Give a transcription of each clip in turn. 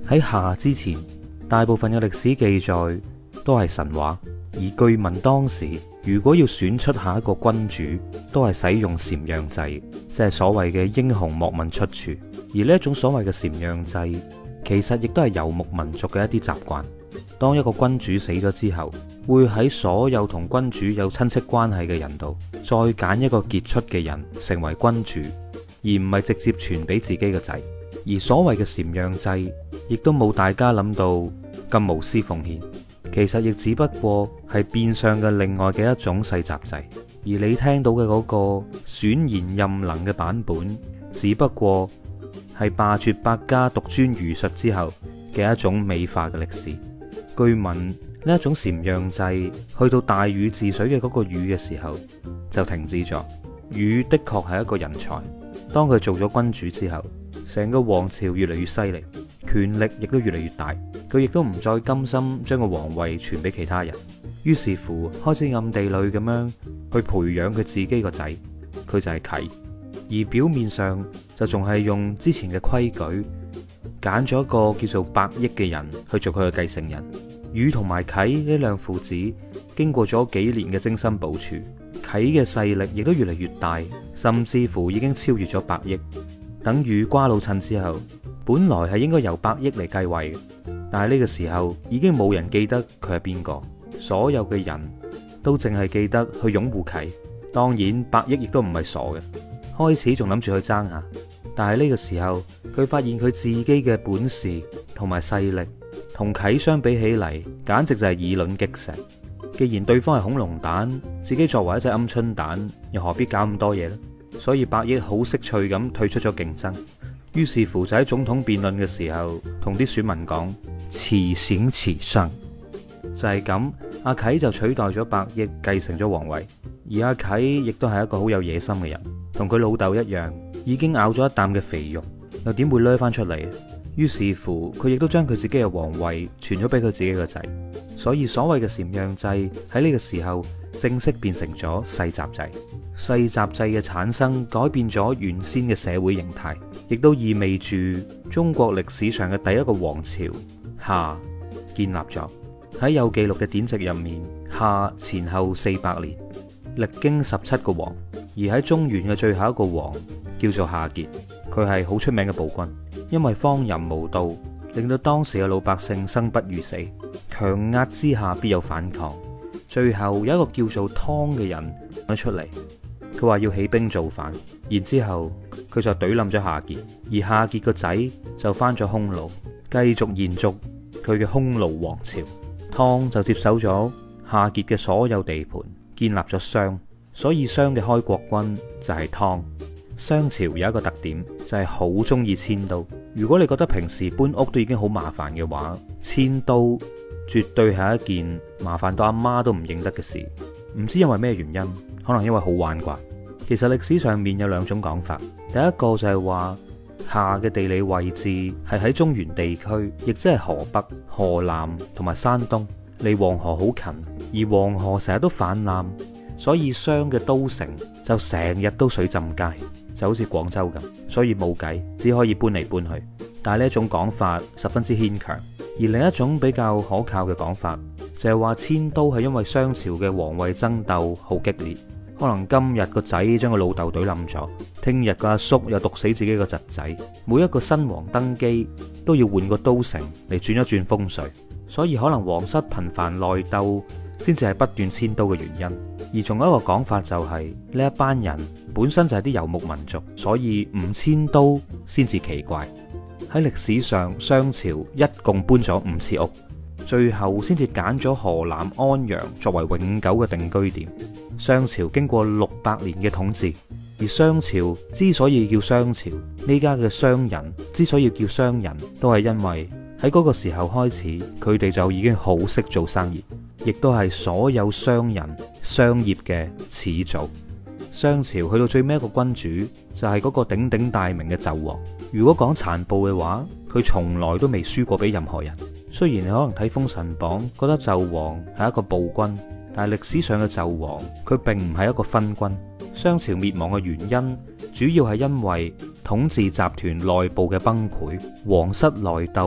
喺夏之前，大部分嘅歷史記載都係神話，而據聞當時如果要選出下一個君主，都係使用禪讓制，即係所謂嘅英雄莫問出處。而呢一種所謂嘅禪讓制，其實亦都係游牧民族嘅一啲習慣。當一個君主死咗之後，會喺所有同君主有親戚關係嘅人度，再揀一個傑出嘅人成為君主，而唔係直接傳俾自己嘅仔。而所謂嘅禪讓制，亦都冇大家諗到咁無私奉獻，其實亦只不過係變相嘅另外嘅一種世襲制。而你聽到嘅嗰個選賢任能嘅版本，只不過係罷黜百家，獨尊儒術之後嘅一種美化嘅歷史。據聞呢一種禪讓制去到大禹治水嘅嗰個禹嘅時候就停止咗。禹的確係一個人才，當佢做咗君主之後，成個王朝越嚟越犀利，權力亦都越嚟越大，佢亦都唔再甘心將個皇位傳俾其他人，於是乎開始暗地裏咁樣去培養佢自己個仔，佢就係啟。而表面上就仲係用之前嘅規矩，揀咗一個叫做伯益嘅人去做佢嘅繼承人。禹同埋啟呢兩父子經過咗幾年嘅精心部署，啟嘅勢力亦都越嚟越大，甚至乎已經超越咗伯益。等禹瓜老襯之後，本來係應該由伯益嚟繼位嘅，但係呢個時候已經冇人記得佢係邊個，所有嘅人都淨係記得去擁護啟。當然伯益亦都唔係傻嘅，開始仲諗住去爭下，但係呢個時候佢發現佢自己嘅本事同埋勢力同啟相比起嚟，簡直就係以卵擊石。既然對方係恐龍蛋，自己作為一隻鵪鶉蛋，又何必搞咁多嘢呢？所以伯益好識趣咁退出咗競爭，於是乎就喺總統辯論嘅時候同啲選民講：辭省辭生。就係咁，阿啟就取代咗伯益繼承咗皇位。而阿啟亦都係一個好有野心嘅人，同佢老豆一樣，已經咬咗一啖嘅肥肉，又點會掠翻出嚟？於是乎，佢亦都將佢自己嘅皇位傳咗俾佢自己個仔。所以所謂嘅禪讓制喺呢個時候正式變成咗世襲制。世襲制嘅產生改變咗原先嘅社會形態，亦都意味住中國歷史上嘅第一個王朝夏建立咗。喺有記錄嘅典籍入面，夏前後400年，歷經17個王，而喺中原嘅最後一個王叫做夏桀，佢係好出名嘅暴君，因為荒淫無道，令到當時嘅老百姓生不如死，強壓之下必有反抗。最後有一個叫做湯嘅人咗出嚟，佢話要起兵造反，然之後佢就懟冧咗夏桀，而夏桀個仔就翻咗匈奴，繼續延續佢嘅匈奴王朝。湯就接手咗夏桀嘅所有地盤，建立咗商，所以商嘅開國君就係湯。商朝有一個特點就係好中意遷都。如果你覺得平時搬屋都已經好麻煩嘅話，遷都絕對係一件麻煩到阿媽都唔認得嘅事。唔知因為咩原因，可能因為好玩啩。其實歷史上面有兩種講法，第一個就係話夏嘅地理位置係喺中原地區，亦即係河北、河南同埋山東，離黃河好近，而黃河成日都泛濫，所以商嘅都城就成日都水浸街，就好似廣州咁，所以冇計，只可以搬嚟搬去。但係呢一種講法十分之牽強，而另一種比較可靠嘅講法就係話遷都係因為商朝嘅皇位爭鬥好激烈，可能今日個仔將個老豆懟冧咗，聽日個阿叔又毒死自己個侄仔，每一個新王登基都要換個都城嚟轉一轉風水，所以可能皇室頻繁內鬥先至係不斷遷都嘅原因。而仲有一個講法就係呢一班人本身就係啲游牧民族，所以唔遷都先至奇怪。喺歷史上，商朝一共搬咗5次屋，最後先至揀咗河南安陽作為永久嘅定居點。商朝經過600年嘅統治，而商朝之所以叫商朝，呢家嘅商人之所以叫商人，都係因為喺嗰個時候開始，佢哋就已經好識做生意，亦都係所有商人商業嘅始祖。商朝去到最尾一個君主就係嗰個鼎鼎大名嘅紂王。如果講殘暴嘅話，佢從來都未輸過俾任何人。雖然你可能睇封神榜覺得紂王係一個暴君，但係歷史上嘅紂王佢並唔係一個昏君。商朝滅亡嘅原因主要係因為統治集團內部嘅崩潰、皇室內鬥、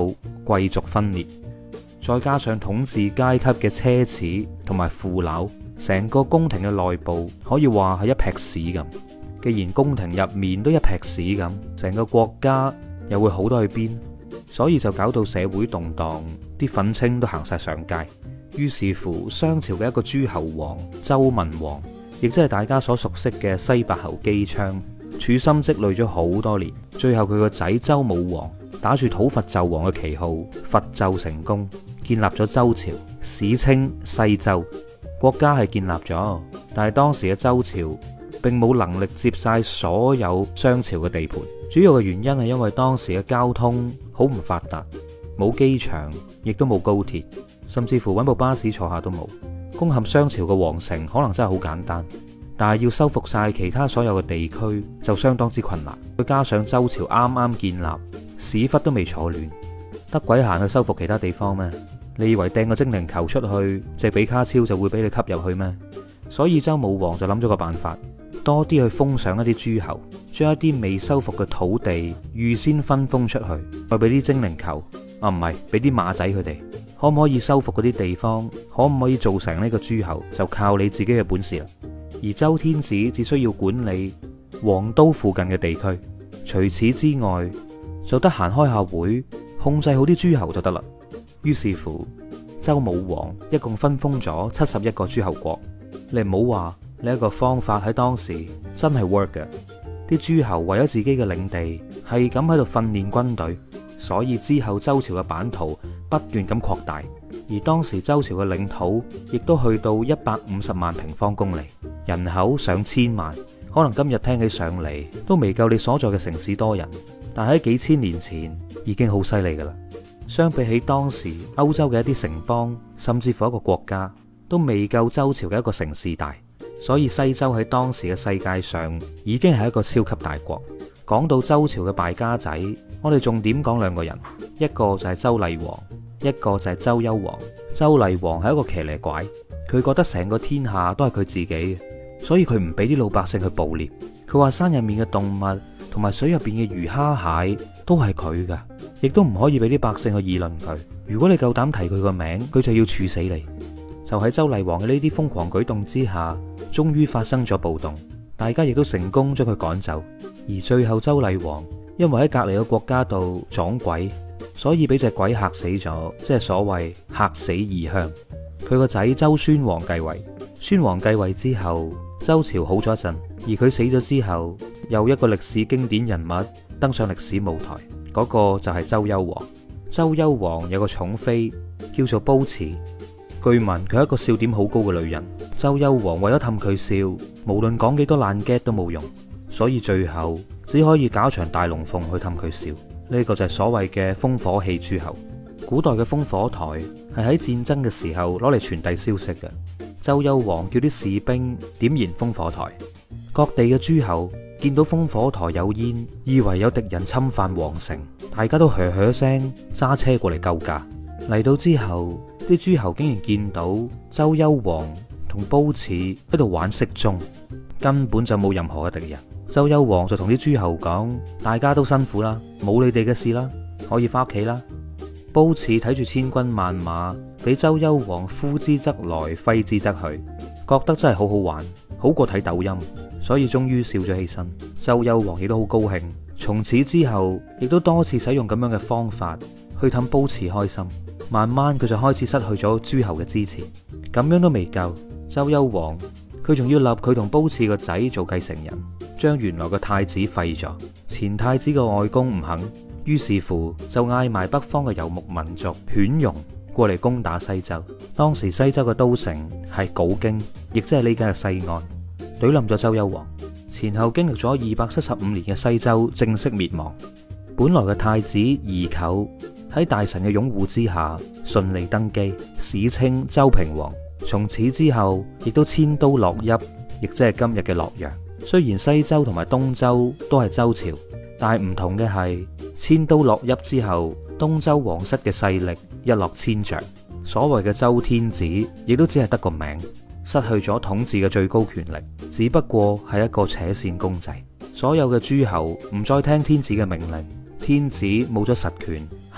貴族分裂，再加上統治階級嘅奢侈同埋腐朽，成個宮廷嘅內部可以話係一劈屎咁。既然宮廷入面都一劈屎咁，成個國家又會好得去邊？所以就搞到社會動盪，啲憤青都行晒上街。於是乎，商朝嘅一個諸侯王周文王，亦即係大家所熟悉嘅西伯侯姬昌，處心積慮咗好多年，最後佢個仔周武王打住討伐紂王嘅旗號，伐紂成功，建立咗周朝，史稱西周。國家係建立咗，但係當時嘅周朝並冇能力接晒所有商朝嘅地盤。主要嘅原因係因為當時嘅交通好唔發達，冇機場，亦都冇高鐵，甚至乎搵部巴士坐下都冇。攻陷商朝嘅皇城可能真係好簡單，但係要收復晒其他所有嘅地區就相當之困難。再加上周朝啱啱建立，屎忽都未坐暖，得鬼閒去收復其他地方咩？你以為掟個精靈球出去，隻比卡超就會俾你吸入去咩？所以周武王就諗咗個辦法，多啲去封賞一啲諸侯，將一啲未收復嘅土地預先分封出去，再俾啲精靈球，唔係俾啲馬仔佢哋。可唔可以收復嗰啲地方，可唔可以做成呢個諸侯，就靠你自己嘅本事啦。而周天子只需要管理皇都附近嘅地區，除此之外就得閒開下會，控制好啲諸侯就得啦。於是乎，周武王一共分封咗71個諸侯國。你唔好話呢一個方法喺當時真係 work 嘅，啲諸侯為咗自己嘅領地係咁喺度訓練軍隊，所以之後周朝嘅版圖不斷咁擴大，而當時周朝嘅領土亦都去到150萬平方公里，人口上千萬，可能今日聽起上嚟都未夠你所在嘅城市多人，但喺幾千年前已經好犀利噶啦。相比起當時歐洲嘅一啲城邦，甚至乎一個國家，都未夠周朝嘅一個城市大，所以西周喺當時嘅世界上已經係一個超級大國。講到周朝嘅敗家仔，我哋重點講兩個人，一個就係周厲王，一個就係周幽王。周厲王係一個騎呢怪，佢覺得成個天下都係佢自己嘅，所以佢唔俾啲老百姓去捕獵。佢話山入面嘅動物同埋水入邊嘅魚蝦蟹都係佢噶，亦都唔可以俾啲百姓去議論佢。如果你夠膽提佢個名，佢就要處死你。就喺周厲王嘅呢啲瘋狂舉動之下，終於發生咗暴動，大家亦都成功將佢趕走。而最後周厲王因為喺隔籬嘅國家度撞鬼，所以俾隻鬼嚇死咗，即係所謂嚇死異鄉。佢個仔周宣王繼位，宣王繼位之後，周朝好咗一陣。而佢死咗之後，又一個歷史經典人物登上歷史舞台，嗰個就係周幽王。周幽王有個寵妃叫做褒姒，據聞佢係一個笑點好高嘅女人。周幽王為咗氹佢笑，無論講幾多爛 gag 都冇用，所以最後只可以搞場大龍鳳去氹佢笑。呢個就係所謂嘅烽火戲諸侯。古代嘅烽火台係喺戰爭嘅時候攞嚟傳遞消息嘅。周幽王叫啲士兵點燃烽火台，各地嘅諸侯見到烽火台有煙，以為有敵人侵犯皇城，大家都噓噓聲揸車過嚟救駕。嚟到之後，啲諸侯竟然見到周幽王同褒姒喺度玩骰盅，根本就冇任何嘅敵人。周幽王就同啲諸侯講：大家都辛苦啦，冇你哋嘅事啦，可以翻屋企啦。褒姒睇住千軍萬馬，俾周幽王呼之則來，揮之則去，覺得真係好好玩，好過睇抖音，所以終於笑咗起身。周幽王亦都好高興，從此之後亦都多次使用咁樣嘅方法去氹褒姒開心。慢慢佢就開始失去咗諸侯嘅支持。咁樣都未夠，周幽王佢仲要立佢同褒姒個仔做繼承人，將原來嘅太子廢咗。前太子嘅外公唔肯，於是乎就嗌埋北方嘅游牧民族犬戎過嚟攻打西周。當時西周嘅都城係鎬京，亦即係呢家嘅西安，懟冧咗周幽王。前後經歷咗275年嘅西周正式滅亡。本來嘅太子宜臼喺大臣嘅擁護之下順利登基，史稱周平王。從此之後亦都遷都洛邑，亦即係今日嘅洛陽。雖然西周同埋東周都係周朝，但係唔同嘅係遷都洛邑之後，東周皇室嘅勢力一落千丈。所謂嘅周天子亦都只係得個名，失去咗統治嘅最高權力，只不過係一個扯線公仔。所有嘅諸侯唔再聽天子嘅命令，天子冇咗實權，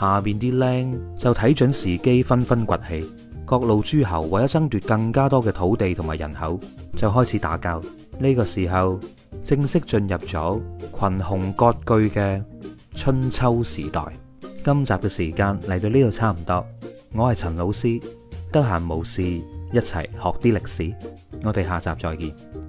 下邊啲僆就睇準時機紛紛崛起。各路諸侯為咗爭奪更加多嘅土地同埋人口，就開始打交。呢個時候正式進入咗群雄割據嘅春秋時代。今集嘅時間嚟到呢度差唔多，我係陳老師，得閒無事一齊學啲歷史，我哋下集再見。